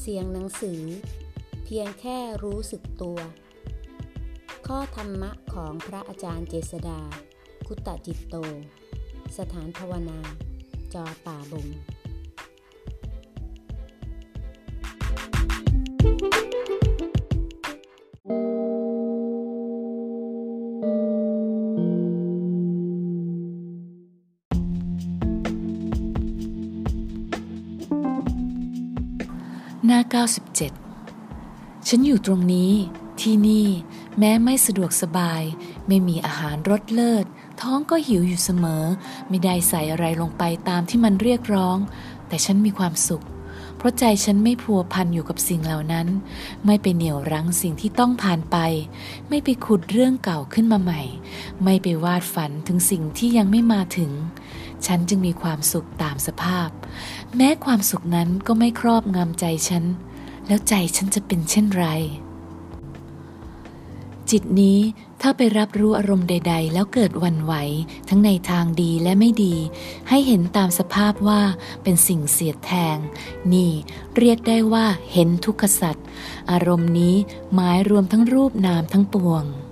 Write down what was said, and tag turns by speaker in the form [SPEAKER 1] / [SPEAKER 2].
[SPEAKER 1] สียงหนังสือเพียงแค่รู้สึกตัวข้อธรรมะของพระอาจารย์เจษฎาคุตจิตโตสถานภาวนาจอป่าบง
[SPEAKER 2] หน้า97ฉันอยู่ตรงนี้ที่นี่แม้ไม่สะดวกสบายไม่มีอาหารรสเลิศท้องก็หิวอยู่เสมอไม่ได้ใส่อะไรลงไปตามที่มันเรียกร้องแต่ฉันมีความสุขเพราะใจฉันไม่พัวพันอยู่กับสิ่งเหล่านั้นไม่ไปเหนี่ยวรั้งสิ่งที่ต้องผ่านไปไม่ไปขุดเรื่องเก่าขึ้นมาใหม่ไม่ไปวาดฝันถึงสิ่งที่ยังไม่มาถึงฉันจึงมีความสุขตามสภาพแม้ความสุขนั้นก็ไม่ครอบงำใจฉันแล้วใจฉันจะเป็นเช่นไรจิตนี้ถ้าไปรับรู้อารมณ์ใดๆแล้วเกิดหวั่นไหวทั้งในทางดีและไม่ดีให้เห็นตามสภาพว่าเป็นสิ่งเสียดแทงนี่เรียกได้ว่าเห็นทุกขสัจอารมณ์นี้หมายรวมทั้งรูปนามทั้งปวง